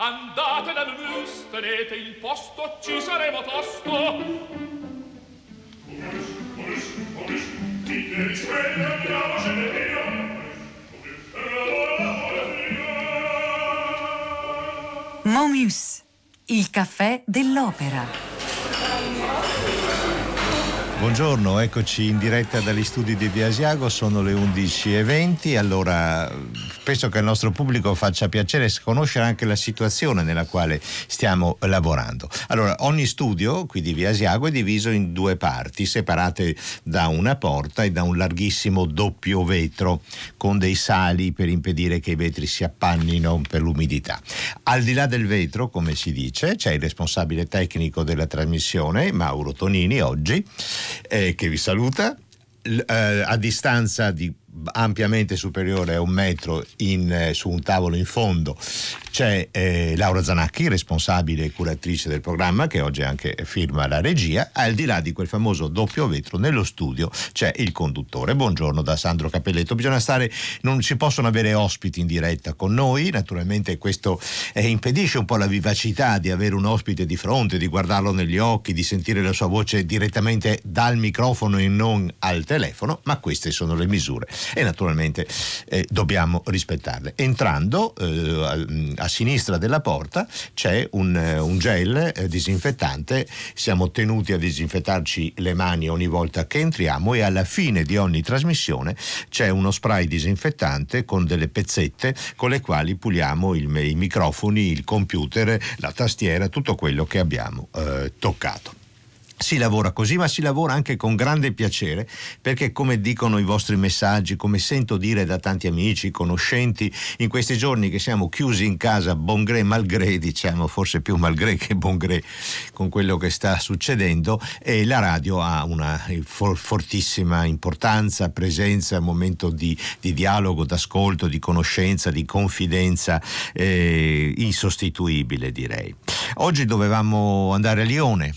andate da Mus, tenete il posto, ci saremo tosto. Momus, il caffè dell'opera. Buongiorno, eccoci in diretta dagli studi di Via Asiago, sono le 11:20. Allora, penso che al nostro pubblico faccia piacere conoscere anche la situazione nella quale stiamo lavorando. Allora, ogni studio qui di Via Asiago è diviso in due parti, separate da una porta e da un larghissimo doppio vetro con dei sali per impedire che i vetri si appannino per l'umidità. Al di là del vetro, come si dice, c'è il responsabile tecnico della trasmissione, Mauro Tonini, oggi, che vi saluta, a distanza di ampiamente superiore a 1 metro su un tavolo in fondo c'è Laura Zanacchi, responsabile e curatrice del programma, che oggi anche firma la regia. Al di là di quel famoso doppio vetro, nello studio c'è il conduttore. Buongiorno da Sandro Capelletto. Non si possono avere ospiti in diretta con noi, naturalmente questo impedisce un po' la vivacità di avere un ospite di fronte, di guardarlo negli occhi, di sentire la sua voce direttamente dal microfono e non al telefono, ma queste sono le misure e naturalmente dobbiamo rispettarle. Entrando a sinistra della porta c'è un gel disinfettante. Siamo tenuti a disinfettarci le mani ogni volta che entriamo e alla fine di ogni trasmissione c'è uno spray disinfettante con delle pezzette con le quali puliamo i microfoni, il computer, la tastiera, tutto quello che abbiamo toccato. Si lavora così, ma si lavora anche con grande piacere, perché come dicono i vostri messaggi, come sento dire da tanti amici, conoscenti, in questi giorni che siamo chiusi in casa, bon gré mal gré, diciamo, forse più mal gré che bon gré con quello che sta succedendo, e la radio ha una fortissima importanza, presenza, momento di dialogo, d'ascolto, di conoscenza, di confidenza, insostituibile, direi. Oggi dovevamo andare a Lione,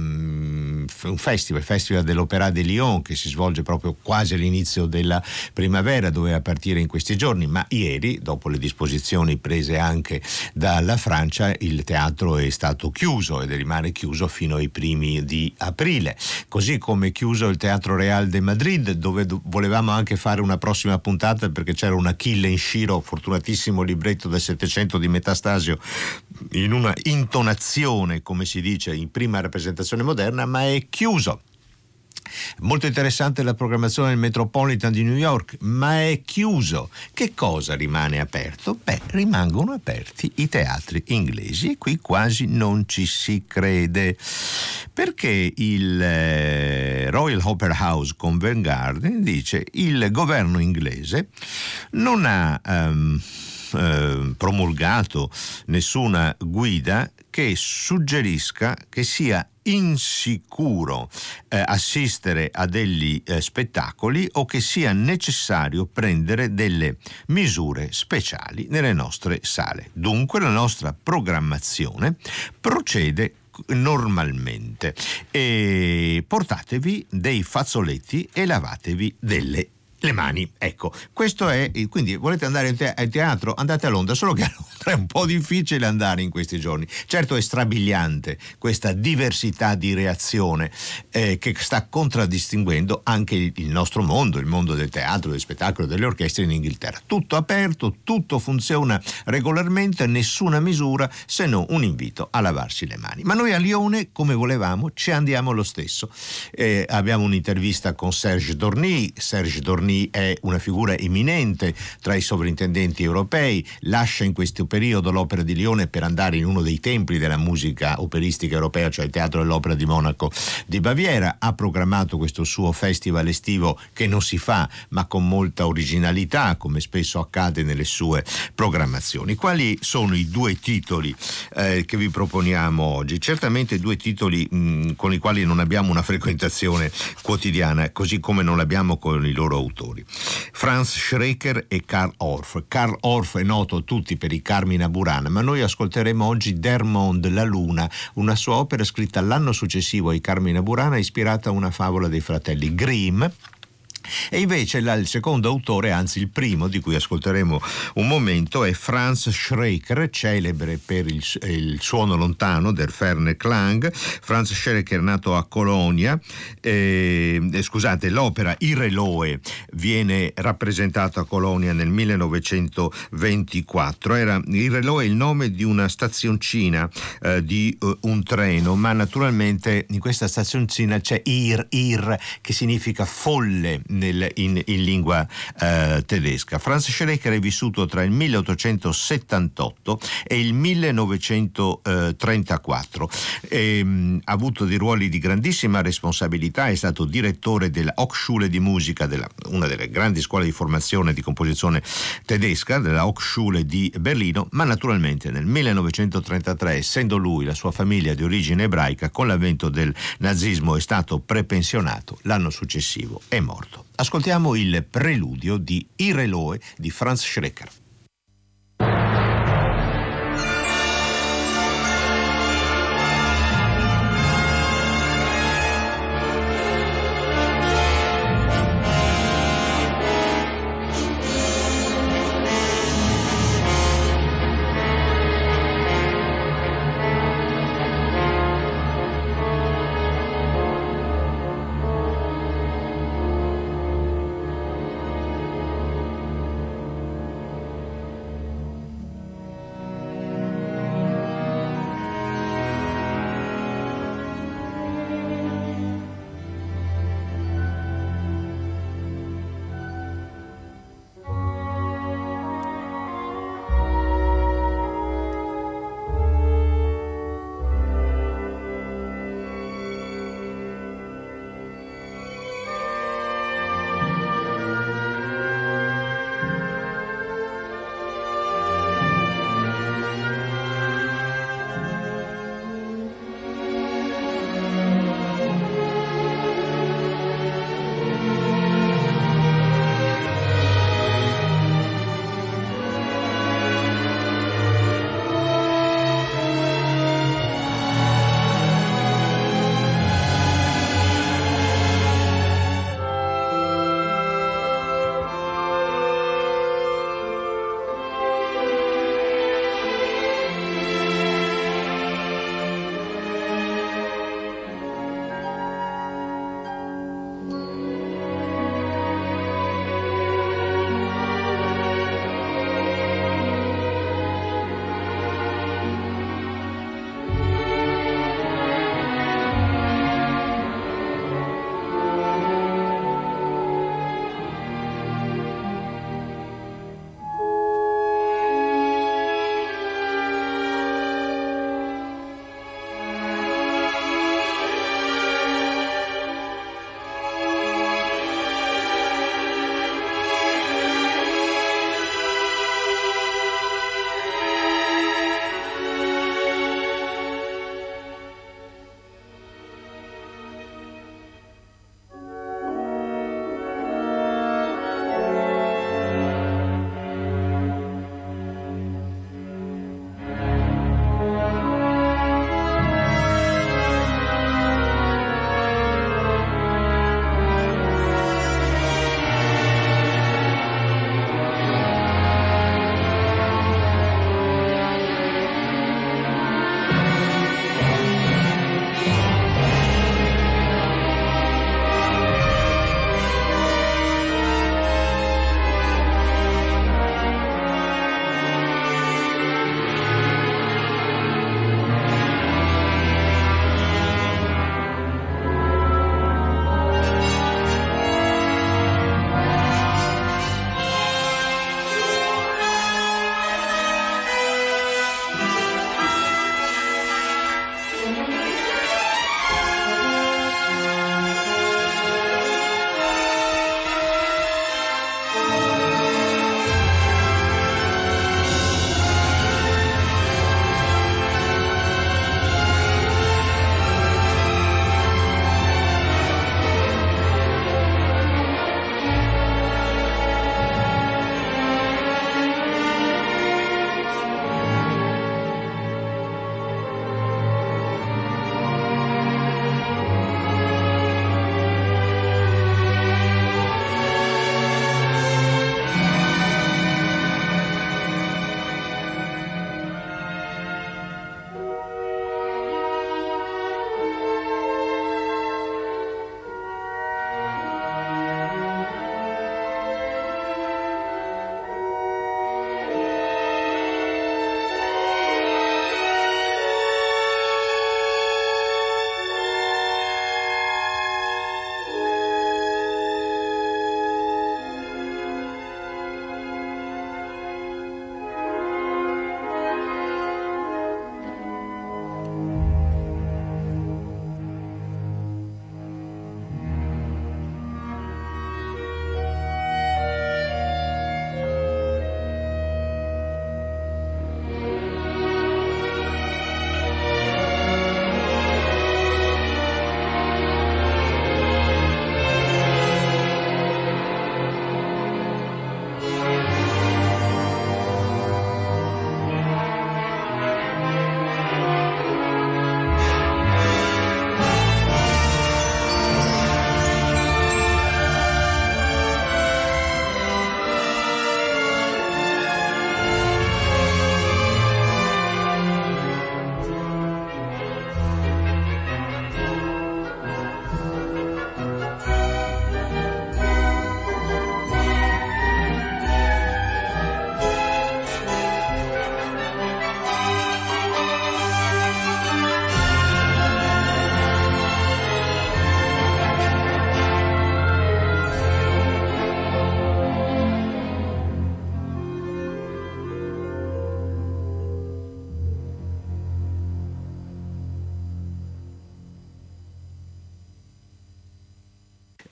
un festival dell'Opéra de Lyon, che si svolge proprio quasi all'inizio della primavera, doveva partire in questi giorni, ma ieri, dopo le disposizioni prese anche dalla Francia, il teatro è stato chiuso ed rimane chiuso fino ai primi di aprile, così come chiuso il Teatro Real de Madrid, dove volevamo anche fare una prossima puntata perché c'era un Achille in Sciro, fortunatissimo libretto del Settecento di Metastasio, in una intonazione, come si dice, in prima rappresentazione moderna, ma è chiuso. Molto interessante la programmazione del Metropolitan di New York, ma è chiuso. Che cosa rimane aperto? Rimangono aperti i teatri inglesi, e qui quasi non ci si crede, perché il Royal Opera House Covent Garden dice il governo inglese non ha promulgato nessuna guida che suggerisca che sia insicuro assistere a degli spettacoli o che sia necessario prendere delle misure speciali nelle nostre sale. Dunque la nostra programmazione procede normalmente e portatevi dei fazzoletti e lavatevi le mani. Ecco, questo è, quindi volete andare al teatro? Andate a Londra, solo che a Londra è un po' difficile andare in questi giorni. Certo è strabiliante questa diversità di reazione che sta contraddistinguendo anche il nostro mondo, il mondo del teatro, del spettacolo, delle orchestre in Inghilterra. Tutto aperto, tutto funziona regolarmente, nessuna misura se non un invito a lavarsi le mani. Ma noi a Lione, come volevamo, ci andiamo lo stesso. Abbiamo un'intervista con Serge Dorny. Serge Dorny è una figura eminente tra i sovrintendenti europei, lascia in questo periodo l'Opera di Lione per andare in uno dei templi della musica operistica europea, cioè il Teatro dell'Opera di Monaco di Baviera. Ha programmato questo suo festival estivo che non si fa, ma con molta originalità, come spesso accade nelle sue programmazioni. Quali sono i due titoli che vi proponiamo oggi? Certamente due titoli con i quali non abbiamo una frequentazione quotidiana, così come non l'abbiamo con i loro autori. Franz Schreker e Carl Orff. Carl Orff è noto a tutti per i Carmina Burana, ma noi ascolteremo oggi Der Mond, la Luna, una sua opera scritta l'anno successivo ai Carmina Burana, ispirata a una favola dei fratelli Grimm, E invece il secondo autore, anzi il primo di cui ascolteremo un momento, è Franz Schreker, celebre per il suono lontano, Der ferne Klang. Franz Schreker, nato a Colonia, l'opera Ireloe viene rappresentata a Colonia nel 1924. Ireloe è il nome di una stazioncina di un treno, ma naturalmente in questa stazioncina c'è Ir, che significa folle in lingua tedesca. Franz Schreker è vissuto tra il 1878 e il 1934. Ha avuto dei ruoli di grandissima responsabilità, è stato direttore della Hochschule di musica, una delle grandi scuole di formazione di composizione tedesca, della Hochschule di Berlino, ma naturalmente nel 1933, essendo lui, la sua famiglia di origine ebraica, con l'avvento del nazismo è stato prepensionato, l'anno successivo è morto. Ascoltiamo il preludio di Ireloe di Franz Schreker.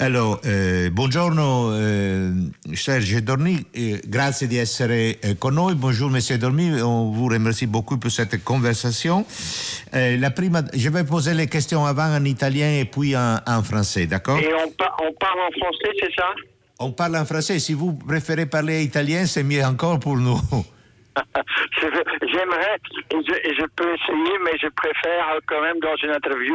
Allora, buongiorno Serge Dorny, grazie di essere con noi. Bonjour Monsieur Dorny, on vous remercie beaucoup pour cette conversation. Je vais poser les questions avant en italien et puis en français, d'accord? Et on parle en français, c'est ça? On parle en français. Si vous préférez parler italien, c'est mieux encore pour nous. J'aimerais, et je peux essayer, mais je préfère quand même dans une interview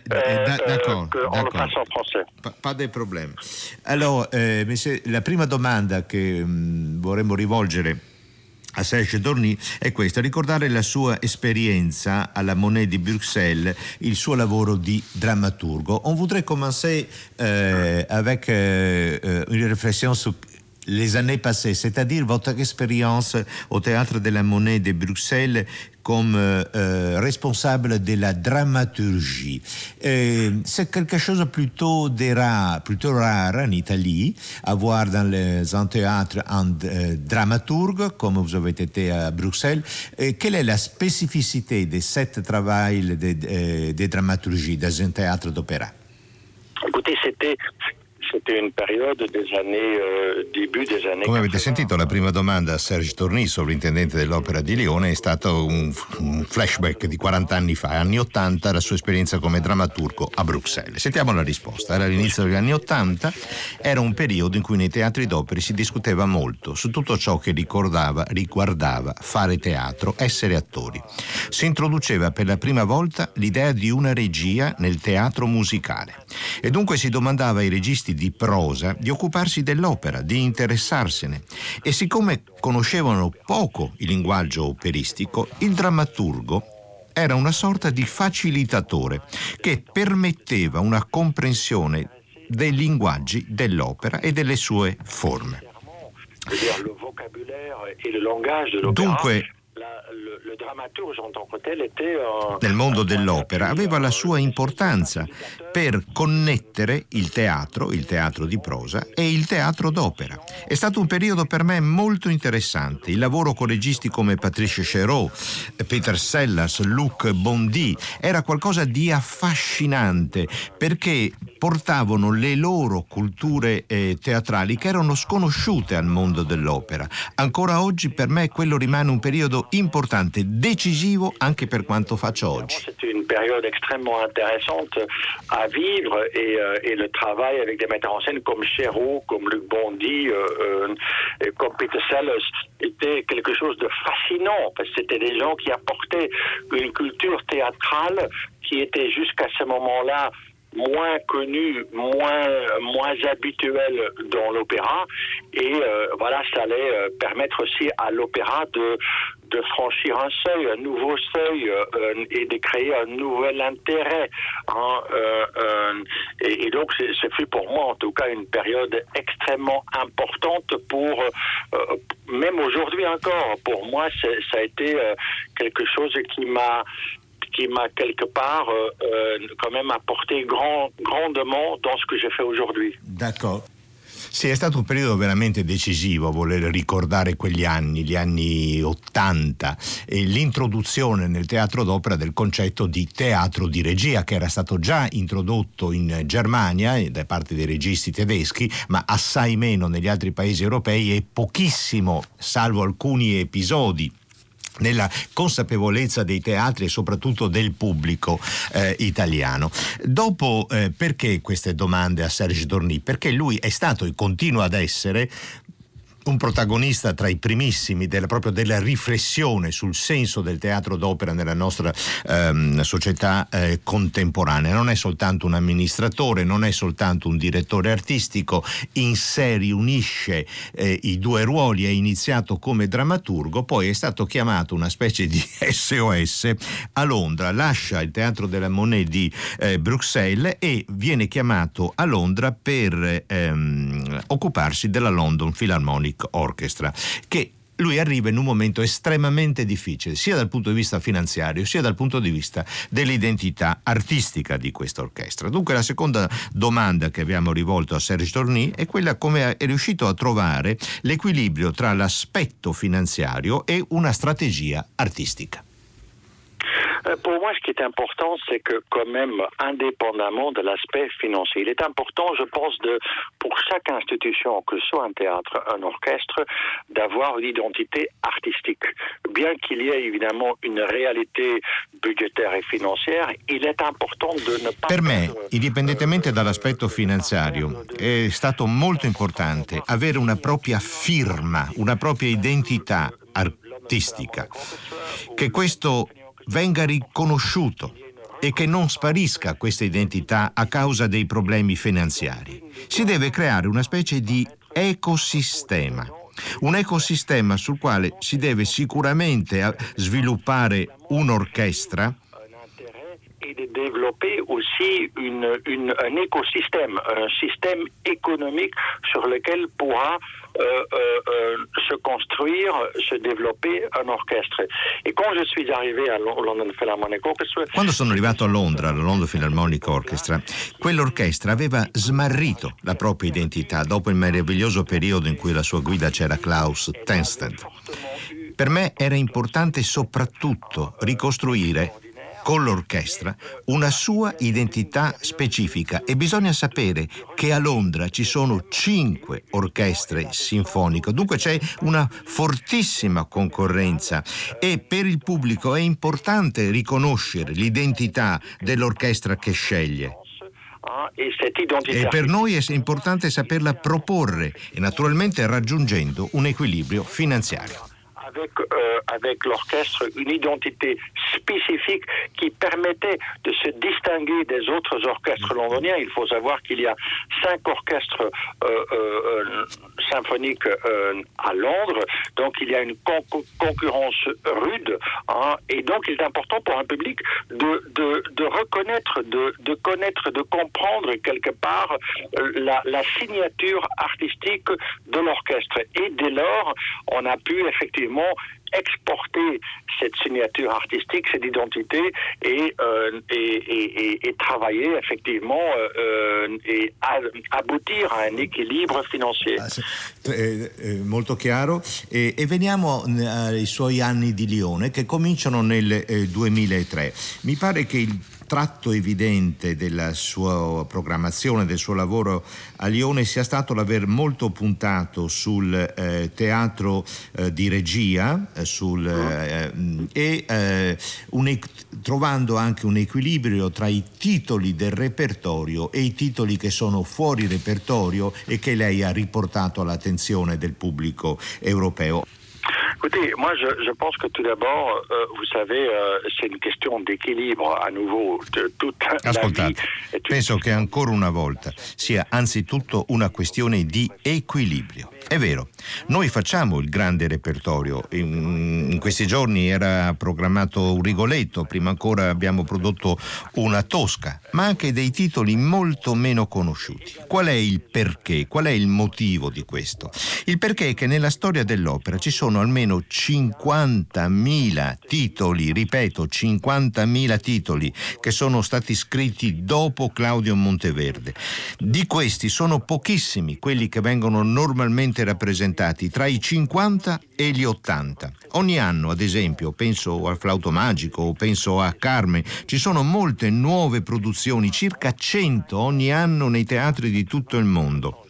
qu'on le fasse en français. Pas de problème. Allora, la prima domanda che vorremmo rivolgere a Serge Dorny è questa: ricordare la sua esperienza alla Monnaie di Bruxelles, il suo lavoro di drammaturgo. On voudrait commencer avec une réflexion sur les années passées, c'est-à-dire votre expérience au Théâtre de la Monnaie de Bruxelles comme responsable de la dramaturgie. C'est quelque chose plutôt rare en Italie, avoir dans un théâtre un dramaturge, comme vous avez été à Bruxelles. Quelle est la spécificité de ce travail de dramaturgie dans un théâtre d'opéra? Écoutez, c'était une période des années, début des années. Come avete sentito, la prima domanda a Serge Dorny, sovrintendente dell'Opera di Lione, è stato un flashback di 40 anni fa, anni 80, la sua esperienza come drammaturgo a Bruxelles. Sentiamo la risposta. Era all'inizio degli anni 80, era un periodo in cui nei teatri d'opera si discuteva molto su tutto ciò che riguardava fare teatro, essere attori. Si introduceva per la prima volta l'idea di una regia nel teatro musicale e dunque si domandava ai registi di prosa di occuparsi dell'opera, di interessarsene, e siccome conoscevano poco il linguaggio operistico, il drammaturgo era una sorta di facilitatore che permetteva una comprensione dei linguaggi dell'opera e delle sue forme. Dunque, nel mondo dell'opera aveva la sua importanza per connettere il teatro di prosa e il teatro d'opera. È stato un periodo per me molto interessante. Il lavoro con registi come Patrice Chéreau, Peter Sellars, Luc Bondy era qualcosa di affascinante, perché portavano le loro culture teatrali che erano sconosciute al mondo dell'opera. Ancora oggi per me quello rimane un periodo importante, decisivo anche per quanto faccio oggi. C'était une période extrêmement intéressante à vivre et le travail avec des metteurs en scène comme Chéreau, comme Luc Bondy, comme Peter Sellers était quelque chose de fascinant, parce que c'était des gens qui apportaient une culture théâtrale qui était jusqu'à ce moment-là moins connu, moins habituel dans l'opéra, et voilà, ça allait permettre aussi à l'opéra de franchir un seuil, un nouveau seuil, et de créer un nouvel intérêt. Et donc, ce fut pour moi, en tout cas, une période extrêmement importante pour, même aujourd'hui encore, pour moi, ça a été quelque chose qui m'a quelque part quand même apporté grandement dans ce que j'ai fait aujourd'hui. D'accord. Sì, è stato un periodo veramente decisivo voler ricordare quegli anni, gli anni 80, e l'introduzione nel teatro d'opera del concetto di teatro di regia, che era stato già introdotto in Germania da parte dei registi tedeschi, ma assai meno negli altri paesi europei, e pochissimo, salvo alcuni episodi, nella consapevolezza dei teatri e soprattutto del pubblico italiano. Dopo, perché queste domande a Serge Dorny? Perché lui è stato e continua ad essere un protagonista tra i primissimi proprio della riflessione sul senso del teatro d'opera nella nostra società contemporanea. Non è soltanto un amministratore, non è soltanto un direttore artistico, in sé riunisce i due ruoli. È iniziato come drammaturgo, poi è stato chiamato una specie di SOS a Londra, lascia il Teatro della Monnaie di Bruxelles e viene chiamato a Londra per occuparsi della London Philharmonic Orchestra, che lui arriva in un momento estremamente difficile, sia dal punto di vista finanziario sia dal punto di vista dell'identità artistica di questa orchestra. Dunque la seconda domanda che abbiamo rivolto a Serge Dorny è quella: come è riuscito a trovare l'equilibrio tra l'aspetto finanziario e una strategia artistica. Pour moi, ce qui est important, c'est que quand même, indépendamment de l'aspect financier, il est important, je pense, pour chaque institution, que ce soit un théâtre, un orchestre, d'avoir une identité artistique. Bien qu'il y ait évidemment une réalité budgétaire e finanziaria, il è importante de ne pas... Per me, indipendentemente dall'aspetto finanziario, è stato molto importante avere una propria firma, una propria identità artistica, che questo venga riconosciuto e che non sparisca questa identità a causa dei problemi finanziari. Si deve creare una specie di ecosistema. Un ecosistema sul quale si deve sicuramente sviluppare un'orchestra et de développer aussi un écosystème, un système économique sur lequel pourra se construire, se développer un orchestre. Et quand je suis arrivé à London Philharmonic Orchestra... Quando sono arrivato a Londra, alla London Philharmonic Orchestra, quell'orchestra aveva smarrito la propria identità dopo il meraviglioso periodo in cui alla sua guida c'era Klaus Tennstedt. Per me era importante soprattutto ricostruire con l'orchestra una sua identità specifica, e bisogna sapere che a Londra ci sono 5 orchestre sinfoniche, dunque c'è una fortissima concorrenza e per il pubblico è importante riconoscere l'identità dell'orchestra che sceglie. E per noi è importante saperla proporre e naturalmente raggiungendo un equilibrio finanziario. Avec l'orchestre une identité spécifique qui permettait de se distinguer des autres orchestres londoniens. Il faut savoir qu'il y a 5 orchestres symphoniques à Londres, donc il y a une concurrence rude, et donc il est important pour un public de reconnaître, de connaître, de comprendre quelque part la signature artistique de l'orchestre. Et dès lors, on a pu effectivement exporter cette signature artistique, cette identité et travailler effectivement et aboutir a un équilibre financier. Molto chiaro. E veniamo ai suoi anni di Lione che cominciano nel 2003. Mi pare che il tratto evidente della sua programmazione, del suo lavoro a Lione sia stato l'aver molto puntato sul teatro di regia, trovando anche un equilibrio tra i titoli del repertorio e i titoli che sono fuori repertorio e che lei ha riportato all'attenzione del pubblico europeo. Écoutez, moi je pense que tout d'abord, vous savez, c'est une question d'équilibre à nouveau. Ascoltate, penso che ancora una volta sia anzitutto una questione di equilibrio. È vero, noi facciamo il grande repertorio, in questi giorni era programmato un Rigoletto, prima ancora abbiamo prodotto una Tosca, ma anche dei titoli molto meno conosciuti. Qual è il perché? Qual è il motivo di questo? Il perché è che nella storia dell'opera ci sono almeno 50.000 titoli, ripeto, 50.000 titoli che sono stati scritti dopo Claudio Monteverde. Di questi sono pochissimi quelli che vengono normalmente rappresentati tra i 50 e gli 80. Ogni anno, ad esempio, penso al Flauto Magico o penso a Carmen, ci sono molte nuove produzioni, circa 100 ogni anno nei teatri di tutto il mondo.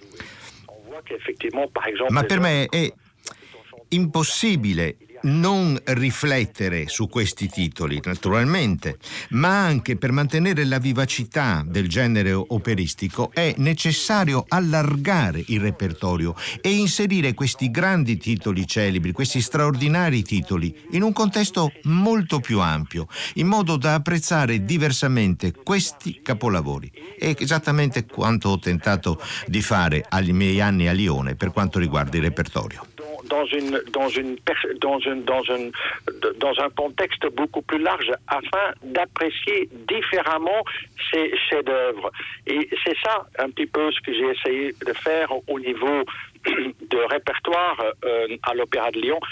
Ma per me è impossibile non riflettere su questi titoli, naturalmente, ma anche per mantenere la vivacità del genere operistico è necessario allargare il repertorio e inserire questi grandi titoli celebri, questi straordinari titoli, in un contesto molto più ampio, in modo da apprezzare diversamente questi capolavori. È esattamente quanto ho tentato di fare agli miei anni a Lione per quanto riguarda il repertorio. Dans un contexte beaucoup plus large afin d'apprécier différemment ces chefs-d'œuvre. Et c'est ça un petit peu ce que j'ai essayé de faire au niveau de répertoire à l'Opéra de Lyon.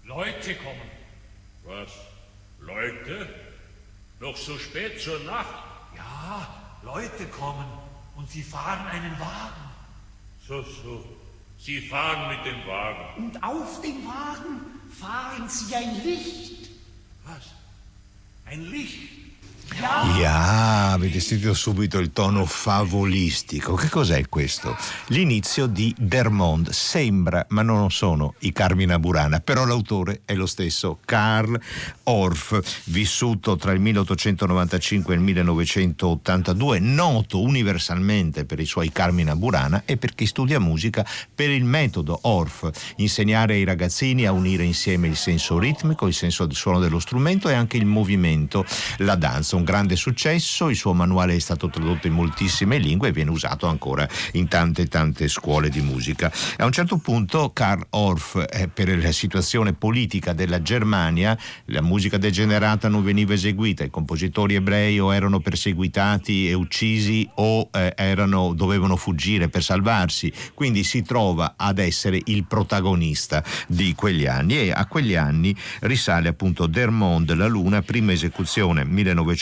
Leute kommen. Was? Leute? Noch so spät zur Nacht? Ja, Leute kommen und sie fahren einen Wagen. So. Sie fahren mit dem Wagen. Und auf dem Wagen fahren sie ein Licht. Was? Ein Licht? Ja, avete sentito subito il tono favolistico. Che cos'è questo? L'inizio di Der Mond. Sembra, ma non sono i Carmina Burana, però l'autore è lo stesso, Carl Orff, vissuto tra il 1895 e il 1982, noto universalmente per i suoi Carmina Burana e per chi studia musica per il metodo Orff, insegnare ai ragazzini a unire insieme il senso ritmico, il senso del suono dello strumento e anche il movimento, la danza. Un grande successo, il suo manuale è stato tradotto in moltissime lingue e viene usato ancora in tante scuole di musica. A un certo punto Carl Orff, per la situazione politica della Germania, la musica degenerata non veniva eseguita, i compositori ebrei o erano perseguitati e uccisi o dovevano fuggire per salvarsi, quindi si trova ad essere il protagonista di quegli anni, e a quegli anni risale appunto Der Mond, la luna, prima esecuzione 1939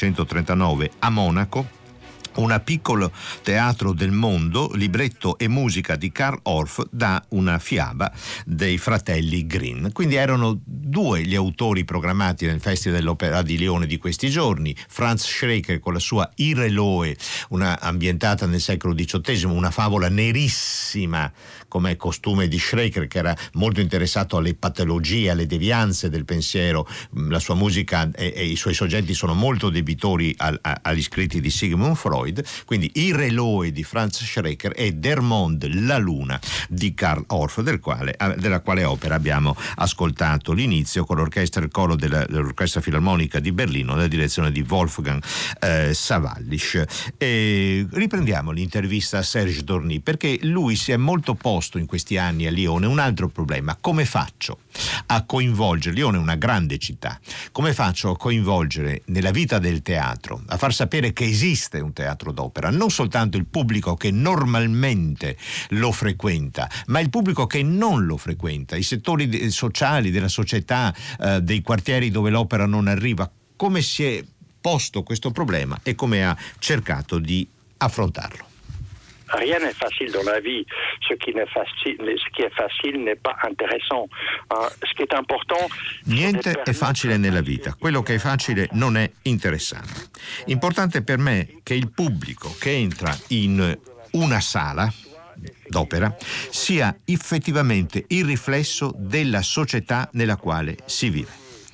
a Monaco, un piccolo teatro del mondo, libretto e musica di Carl Orff da una fiaba dei fratelli Grimm. Quindi erano due gli autori programmati nel Festival dell'Opera di Lione di questi giorni: Franz Schreker con la sua Ireloe, una ambientata nel secolo XVIII, una favola nerissima come è costume di Schreker, che era molto interessato alle patologie, alle devianze del pensiero. La sua musica e i suoi soggetti sono molto debitori agli scritti di Sigmund Freud. Quindi Ireloe di Franz Schreker e Der Mond, la luna di Carl Orff, della quale opera abbiamo ascoltato l'inizio con l'orchestra e il coro dell'Orchestra Filarmonica di Berlino nella direzione di Wolfgang Sawallisch. E riprendiamo l'intervista a Serge Dorny, perché lui si è molto posto in questi anni a Lione un altro problema: come faccio a coinvolgere, Lione è una grande città, come faccio a coinvolgere nella vita del teatro, a far sapere che esiste un teatro d'opera, non soltanto il pubblico che normalmente lo frequenta, ma il pubblico che non lo frequenta, i settori sociali della società, dei quartieri dove l'opera non arriva. Come si è posto questo problema e come ha cercato di affrontarlo? Rien n'est facile dans la vie. Ce qui est facile n'est pas intéressant. Ce qui est important. Niente è facile nella vita. Quello che è facile non è interessante. Importante per me che il pubblico che entra in una sala d'opera sia effettivamente il riflesso della società nella quale si vive.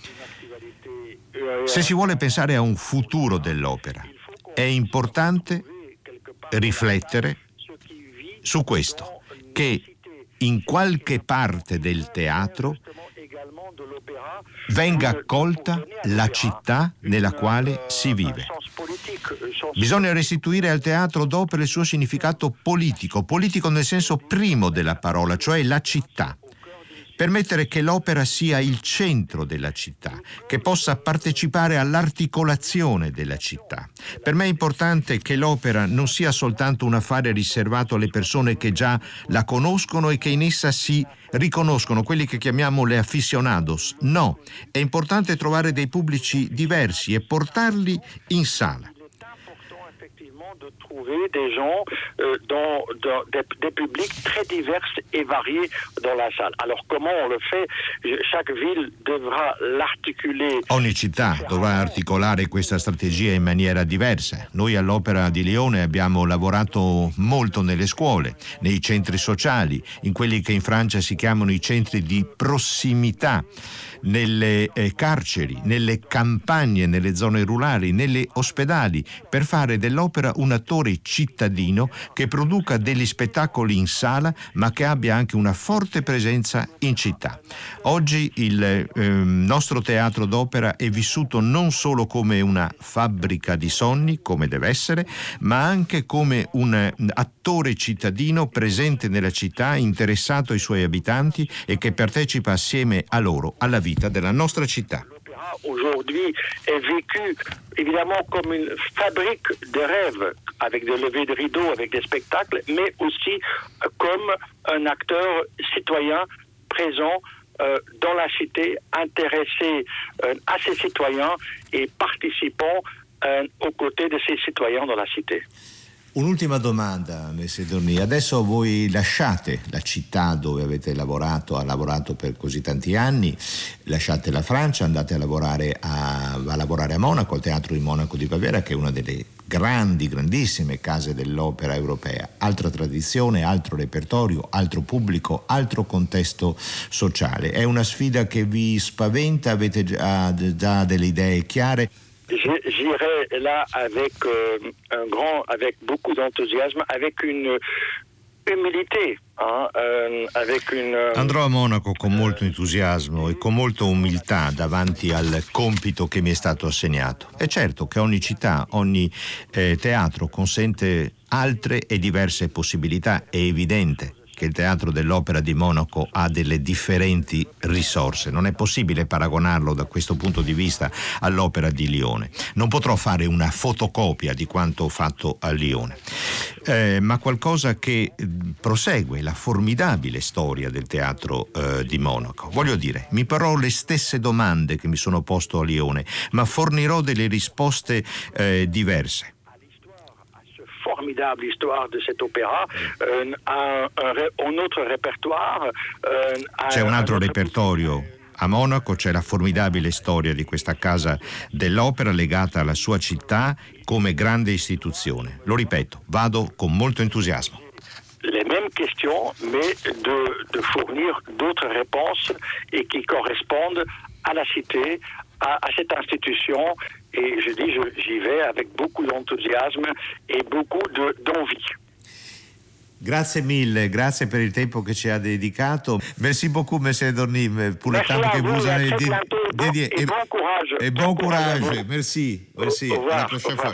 Se si vuole pensare a un futuro dell'opera, è importante riflettere su questo, che in qualche parte del teatro venga accolta la città nella quale si vive. Bisogna restituire al teatro d'opera il suo significato politico nel senso primo della parola, cioè la città. Permettere che l'opera sia il centro della città, che possa partecipare all'articolazione della città. Per me è importante che l'opera non sia soltanto un affare riservato alle persone che già la conoscono e che in essa si riconoscono, quelli che chiamiamo le aficionados. No, è importante trovare dei pubblici diversi e portarli in sala. De trouver des gens des publics très divers et variés dans la salle. Alors comment on le fait? Chaque ville devra l'articuler. Ogni città dovrà articolare questa strategia in maniera diversa. Noi all'Opera di Lione abbiamo lavorato molto nelle scuole, nei centri sociali, in quelli che in Francia si chiamano i centri di prossimità, nelle carceri, nelle campagne, nelle zone rurali, nelle ospedali, per fare dell'opera un attore cittadino che produca degli spettacoli in sala, ma che abbia anche una forte presenza in città. Oggi il nostro teatro d'opera è vissuto non solo come una fabbrica di sogni, come deve essere, ma anche come un attore cittadino presente nella città, interessato ai suoi abitanti e che partecipa assieme a loro alla vita della nostra città. Aujourd'hui est vécu évidemment comme une fabrique de rêves, avec des levées de rideaux, avec des spectacles, mais aussi comme un acteur citoyen présent dans la cité, intéressés à ces citoyens et participant aux côtés de ces citoyens dans la cité. Un'ultima domanda, Messer Dorny. Adesso voi lasciate la città dove avete lavorato, ha lavorato per così tanti anni, lasciate la Francia, andate a lavorare a Monaco, al Teatro di Monaco di Baviera, che è una delle grandissime case dell'opera europea. Altra tradizione, altro repertorio, altro pubblico, altro contesto sociale. È una sfida che vi spaventa? Avete già delle idee chiare? J'irai là avec avec beaucoup d'enthousiasme, avec une humilité, avec une... Andrò a Monaco con molto entusiasmo e con molta umiltà davanti al compito che mi è stato assegnato. È certo che ogni città, ogni teatro consente altre e diverse possibilità, è evidente che il Teatro dell'Opera di Monaco ha delle differenti risorse. Non è possibile paragonarlo da questo punto di vista all'Opera di Lione. Non potrò fare una fotocopia di quanto ho fatto a Lione, ma qualcosa che prosegue la formidabile storia del Teatro di Monaco. Voglio dire, mi porrò le stesse domande che mi sono posto a Lione, ma fornirò delle risposte diverse. Formidable histoire de cet opéra, un autre répertoire. C'è un altro repertorio a Monaco, c'è la formidabile storia di questa casa dell'opera legata alla sua città come grande istituzione. Lo ripeto, vado con molto entusiasmo. Les mêmes questions, mais de fournir d'autres réponses et qui correspondent à la cité, à cette institution. Et je dis, j'y vais avec beaucoup d'enthousiasme et beaucoup d'envie. Grazie mille, grazie per il tempo che ci ha dedicato. Merci beaucoup, Messer Dorny, pour le temps que vous avez dédié. Et bon courage. Et bon courage. Merci. À la prochaine fois.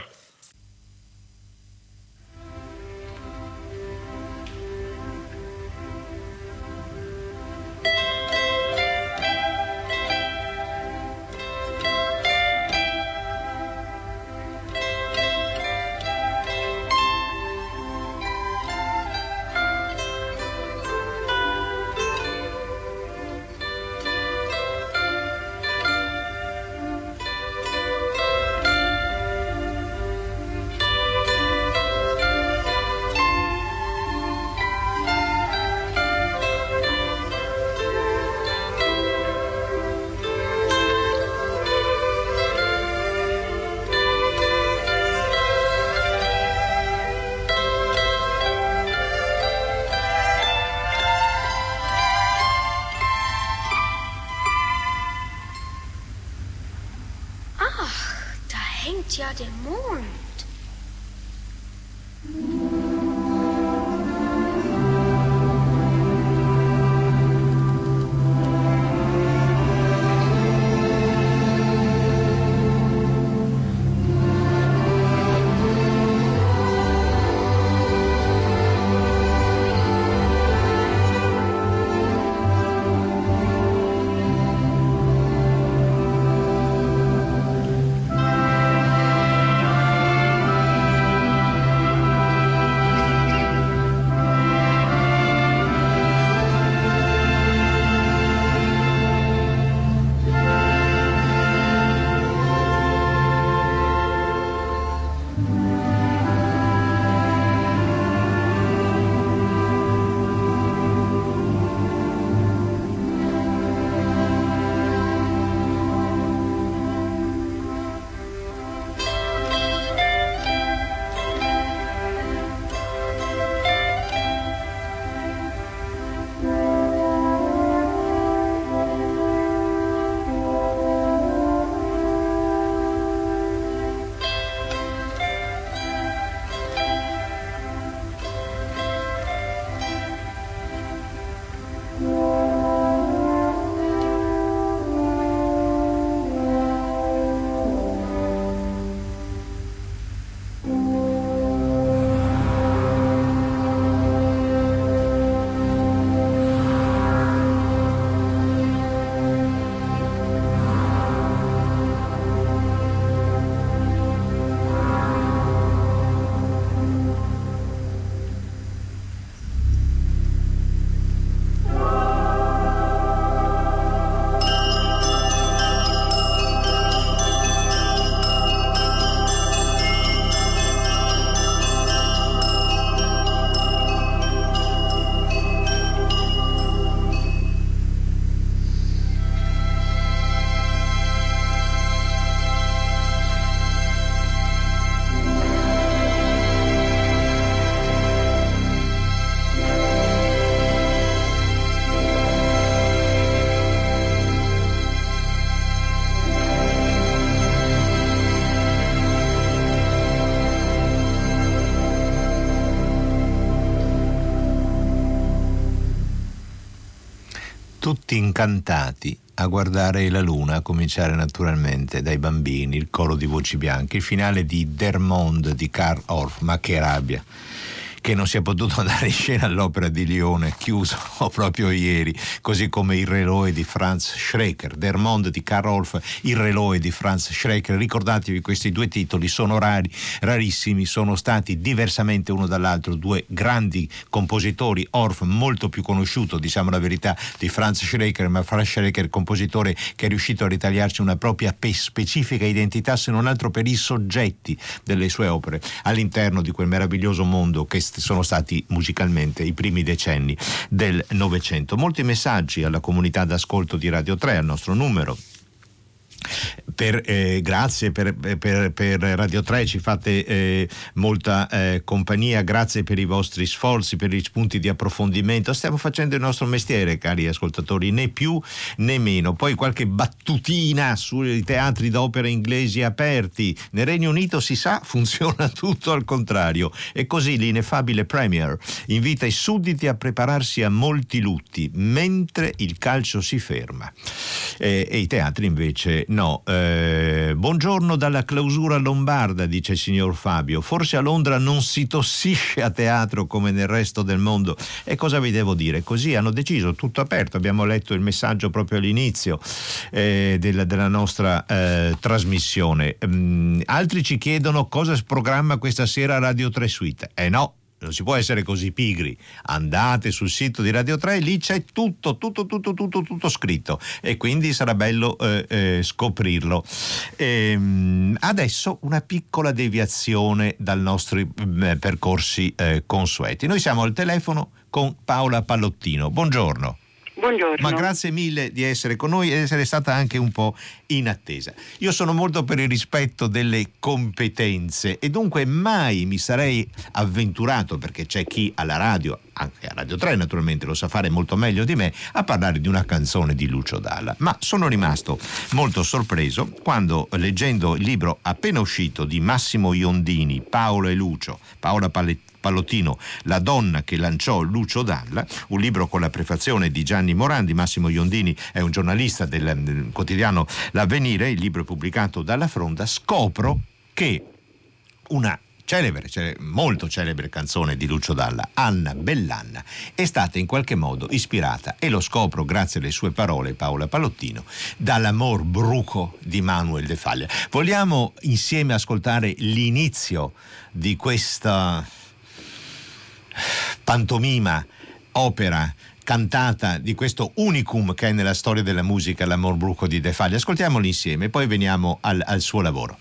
Ja, der Mond. tutti incantati a guardare la luna, a cominciare naturalmente dai bambini, il coro di voci bianche, il finale di Der Mond di Karl Orff. Ma che rabbia che non sia potuto andare in scena all'Opera di Lione, chiuso proprio ieri, così come Il Reloe di Franz Schreker, Der Mond di Karl Orff, Il Reloe di Franz Schreker. Ricordatevi, questi due titoli sono rari, rarissimi, sono stati diversamente uno dall'altro due grandi compositori. Orff molto più conosciuto, diciamo la verità, di Franz Schreker, ma Franz Schreker compositore che è riuscito a ritagliarsi una propria specifica identità, se non altro per i soggetti delle sue opere all'interno di quel meraviglioso mondo che sono stati musicalmente i primi decenni del Novecento. Molti messaggi alla comunità d'ascolto di Radio 3, al nostro numero. Grazie per Radio 3, ci fate molta compagnia, grazie per i vostri sforzi, per gli spunti di approfondimento. Stiamo facendo il nostro mestiere, cari ascoltatori, né più né meno. Poi qualche battutina sui teatri d'opera inglesi aperti. Nel Regno Unito, si sa, funziona tutto al contrario, e così l'ineffabile Premier invita i sudditi a prepararsi a molti lutti mentre il calcio si ferma, e i teatri invece no. Buongiorno dalla clausura lombarda, dice il signor Fabio. Forse a Londra non si tossisce a teatro come nel resto del mondo. E cosa vi devo dire? Così hanno deciso, tutto aperto. Abbiamo letto il messaggio proprio all'inizio della nostra trasmissione. Altri ci chiedono cosa programma questa sera Radio 3 Suite. No, non si può essere così pigri. Andate sul sito di Radio 3, lì c'è tutto scritto, e quindi sarà bello scoprirlo. Adesso una piccola deviazione dai nostri percorsi consueti. Noi siamo al telefono con Paola Pallottino. Buongiorno. Buongiorno. Ma grazie mille di essere con noi e essere stata anche un po' in attesa. Io sono molto per il rispetto delle competenze e dunque mai mi sarei avventurato, perché c'è chi alla radio, anche a Radio 3 naturalmente, lo sa fare molto meglio di me, a parlare di una canzone di Lucio Dalla. Ma sono rimasto molto sorpreso quando, leggendo il libro appena uscito di Massimo Iondini, Paolo e Lucio, Paola Pallottino, La donna che lanciò Lucio Dalla, un libro con la prefazione di Gianni Morandi. Massimo Iondini è un giornalista del quotidiano L'Avvenire. Il libro è pubblicato dalla Fronda. Scopro che una molto celebre canzone di Lucio Dalla, Anna Bellanna, è stata in qualche modo ispirata, e lo scopro grazie alle sue parole, Paola Pallottino, dall'amor bruco di Manuel de Falla. Vogliamo insieme ascoltare l'inizio di questa pantomima, opera cantata, di questo unicum che è nella storia della musica, l'amor bruco di De Falla. Ascoltiamolo insieme, poi veniamo al suo lavoro.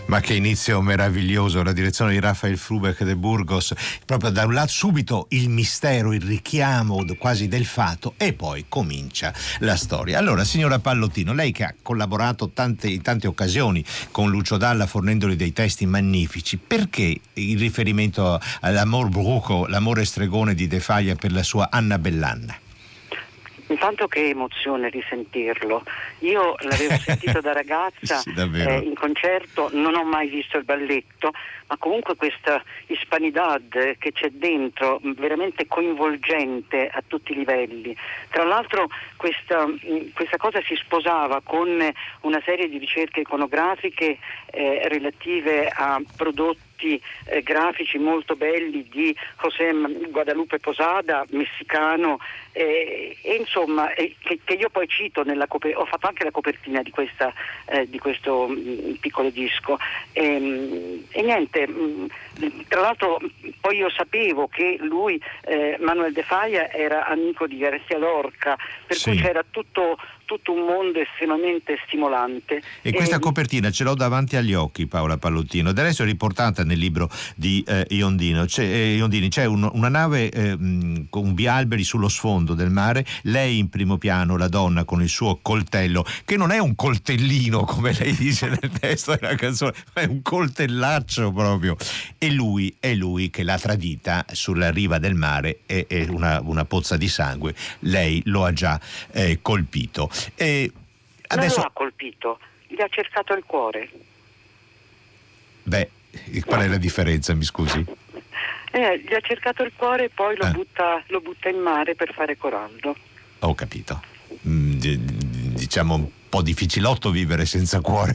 Ma che inizio meraviglioso, la direzione di Rafael Frubeck de Burgos, proprio da un lato subito il mistero, il richiamo quasi del fato, e poi comincia la storia. Allora, signora Pallottino, lei che ha collaborato in tante occasioni con Lucio Dalla fornendogli dei testi magnifici, perché il riferimento all'amor bruco, l'amore stregone di De Falla per la sua Anna Bellanna? Intanto che emozione risentirlo. Io l'avevo sentito da ragazza sì, in concerto, non ho mai visto il balletto, ma comunque questa hispanidad che c'è dentro, veramente coinvolgente a tutti i livelli. Tra l'altro questa cosa si sposava con una serie di ricerche iconografiche relative a prodotti grafici molto belli di José Guadalupe Posada, messicano, e insomma che io poi cito ho fatto anche la copertina di questo piccolo disco, e niente, tra l'altro poi io sapevo che lui, Manuel de Falla, era amico di García Lorca, per cui c'era tutto un mondo estremamente stimolante. E questa copertina ce l'ho davanti agli occhi, Paola Pallottino, adesso è riportata nel libro di Iondini. C'è una nave con alberi sullo sfondo del mare, lei in primo piano, la donna con il suo coltello, che non è un coltellino come lei dice nel testo della canzone, ma è un coltellaccio proprio, e lui che l'ha tradita sulla riva del mare, è una pozza di sangue, lei lo ha già colpito. Adesso... Non lo ha colpito, gli ha cercato il cuore. Beh, qual è la differenza, mi scusi? Gli ha cercato il cuore e poi lo butta in mare per fare corallo. Ho capito. Diciamo un po' difficilotto vivere senza cuore.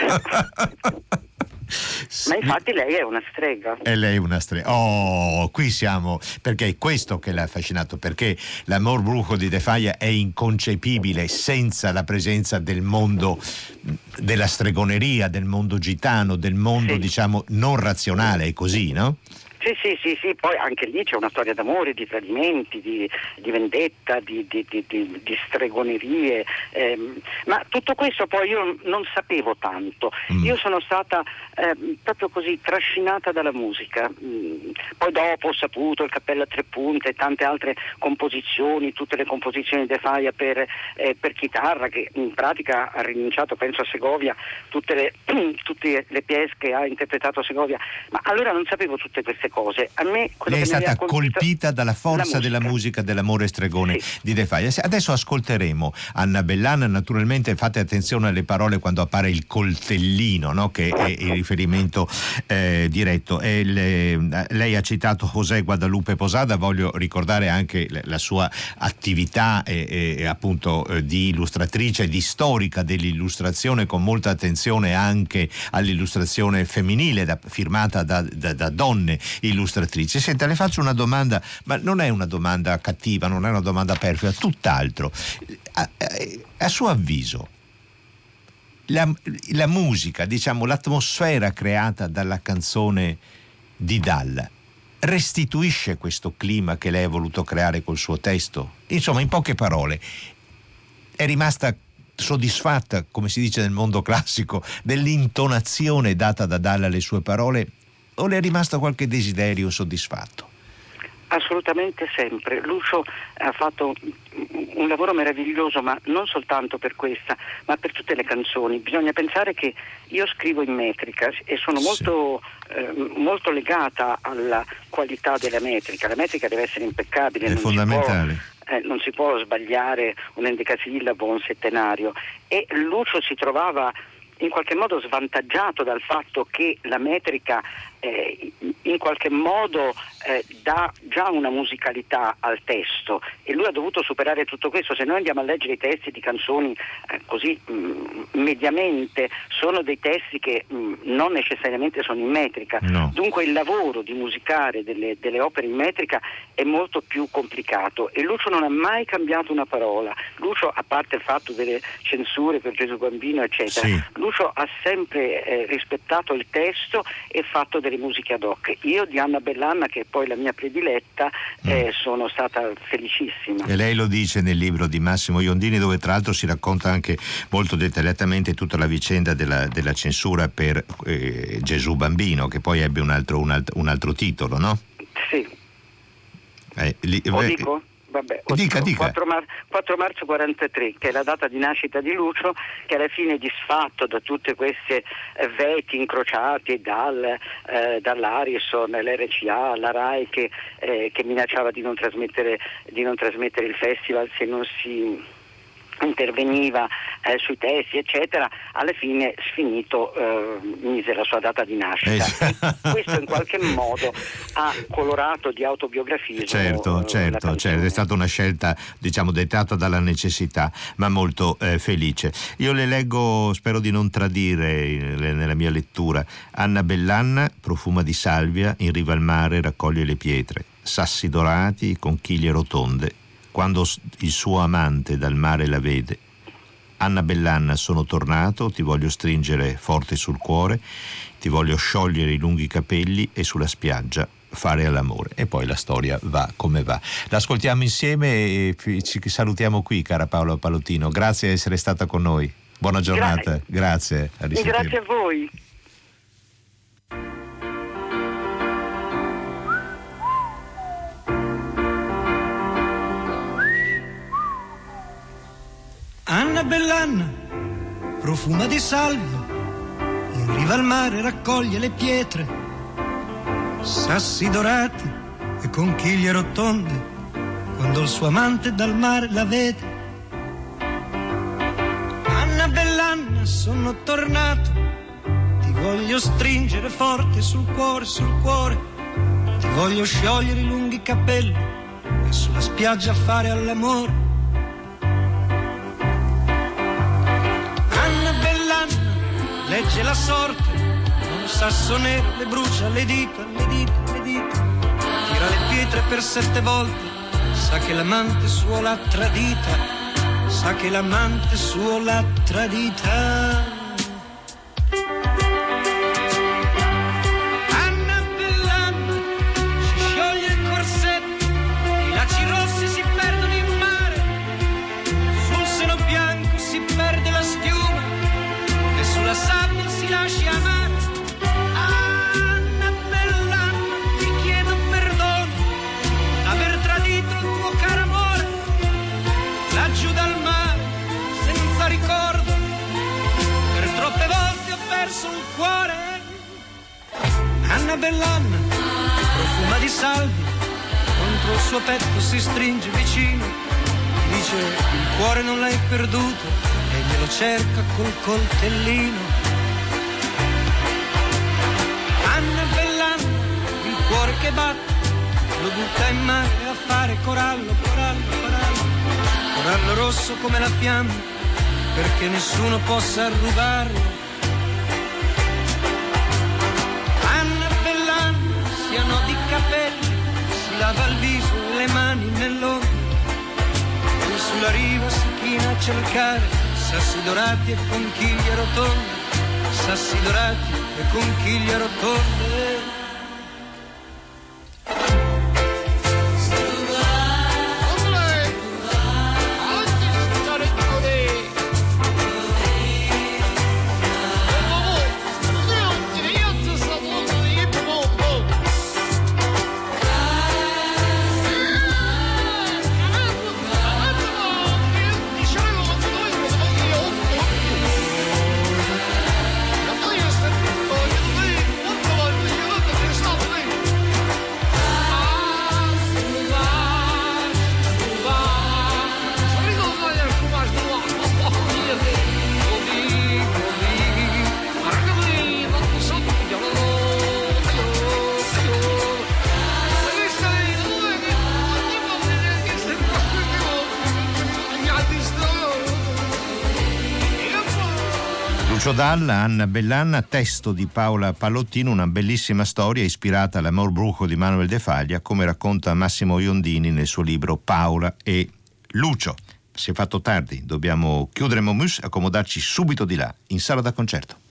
Ma infatti lei è una strega. E lei è una strega. Oh, qui siamo, perché è questo che l'ha affascinato, perché l'amor brujo di De Falla è inconcepibile senza la presenza del mondo della stregoneria, del mondo gitano, del mondo diciamo non razionale, è così, no? Sì, poi anche lì c'è una storia d'amore, di tradimenti, di vendetta, di stregonerie, ma tutto questo poi io non sapevo tanto. Io sono stata proprio così trascinata dalla musica, poi dopo ho saputo il Cappella a tre punte e tante altre composizioni, tutte le composizioni di De Falla per chitarra, che in pratica ha rinunciato, penso, a Segovia, tutte le pièce che ha interpretato a Segovia, ma allora non sapevo tutte queste cose. A me lei è stata colpita dalla forza della musica dell'amore stregone di De Falla. Adesso ascolteremo Anna Bellanna, naturalmente fate attenzione alle parole quando appare il coltellino, no? Che è il riferimento diretto. Lei ha citato José Guadalupe Posada, voglio ricordare anche la sua attività appunto di illustratrice, di storica dell'illustrazione, con molta attenzione anche all'illustrazione femminile firmata da donne illustratrici. Senta, le faccio una domanda, ma non è una domanda cattiva, non è una domanda perfida, tutt'altro. A suo avviso, la musica, diciamo l'atmosfera creata dalla canzone di Dalla, restituisce questo clima che lei ha voluto creare col suo testo? Insomma, in poche parole, è rimasta soddisfatta, come si dice nel mondo classico, dell'intonazione data da Dalla alle sue parole, o le è rimasto qualche desiderio soddisfatto? Assolutamente sempre. Lucio ha fatto un lavoro meraviglioso, ma non soltanto per questa, ma per tutte le canzoni. Bisogna pensare che io scrivo in metrica e sono molto legata alla qualità della metrica. La metrica deve essere impeccabile. È fondamentale. Non si può sbagliare un endecasillabo o un settenario, e Lucio si trovava in qualche modo svantaggiato dal fatto che la metrica in qualche modo dà già una musicalità al testo, e lui ha dovuto superare tutto questo. Se noi andiamo a leggere i testi di canzoni così mediamente, sono dei testi che non necessariamente sono in metrica, no. Dunque il lavoro di musicare delle opere in metrica è molto più complicato, e Lucio non ha mai cambiato una parola. Lucio, a parte il fatto delle censure per Gesù Bambino eccetera, Lucio ha sempre rispettato il testo e fatto delle delle musiche ad hoc. Io di Anna Bellanna, che è poi la mia prediletta, sono stata felicissima. E lei lo dice nel libro di Massimo Iondini, dove tra l'altro si racconta anche molto dettagliatamente tutta la vicenda della censura per Gesù Bambino, che poi ebbe un altro titolo, no? Sì. Dico? Vabbè, dica. 4 marzo 43, che è la data di nascita di Lucio, che alla fine è disfatto da tutte queste veti incrociati dall'Arison, l'RCA, la RAI che minacciava di non trasmettere il festival se non si interveniva sui testi, eccetera. Alla fine sfinito mise la sua data di nascita. E questo in qualche modo ha colorato di autobiografismo. Certo, è stata una scelta, diciamo, dettata dalla necessità, ma molto felice. Io le leggo, spero di non tradire nella mia lettura. Anna Bellanna, profuma di salvia, in riva al mare raccoglie le pietre, sassi dorati, conchiglie rotonde. Quando il suo amante dal mare la vede. Anna Bellanna, sono tornato, ti voglio stringere forte sul cuore, ti voglio sciogliere i lunghi capelli e sulla spiaggia fare all'amore. E poi la storia va come va. L'ascoltiamo insieme e ci salutiamo qui, cara Paola Palottino. Grazie di essere stata con noi. Buona giornata. Grazie. Grazie a voi. Anna Bellanna, profuma di salvia, in riva al mare raccoglie le pietre, sassi dorati e conchiglie rotonde, quando il suo amante dal mare la vede. Anna Bellanna, sono tornato, ti voglio stringere forte sul cuore, ti voglio sciogliere i lunghi capelli e sulla spiaggia fare all'amore. Legge la sorte, un sasso nero le brucia le dita, tira le pietre per 7 volte, sa che l'amante suo l'ha tradita, Anna Bellanna si scioglie il corsetto, i laci rossi si perdono in mare, sul seno bianco si perde la schiuma, sulla sabbia si lascia amare. Anna Bellanna, ti chiedo perdono aver tradito il tuo caro amore, laggiù dal mare senza ricordo, per troppe volte ho perso il cuore. Anna Bellanna, profuma di salvia, contro il suo petto si stringe vicino, ti dice il cuore non l'hai perduto e glielo cerca col coltellino. Anna Bellanna, il cuore che batte, lo butta in mare a fare corallo rosso come la fiamma, perché nessuno possa rubarlo. Anna Bellanna, si annodi i capelli, si lava il viso e le mani nell'ombra, qui sulla riva si china a cercare sassi dorati e conchiglie rotonde, sassi dorati e conchiglie rotonde. Lucio Dalla, Anna Bellanna, testo di Paola Palottino, una bellissima storia ispirata all'Amor Brujo di Manuel de Falla, come racconta Massimo Iondini nel suo libro Paola e Lucio. Si è fatto tardi, dobbiamo chiudere Momus e accomodarci subito di là, in sala da concerto.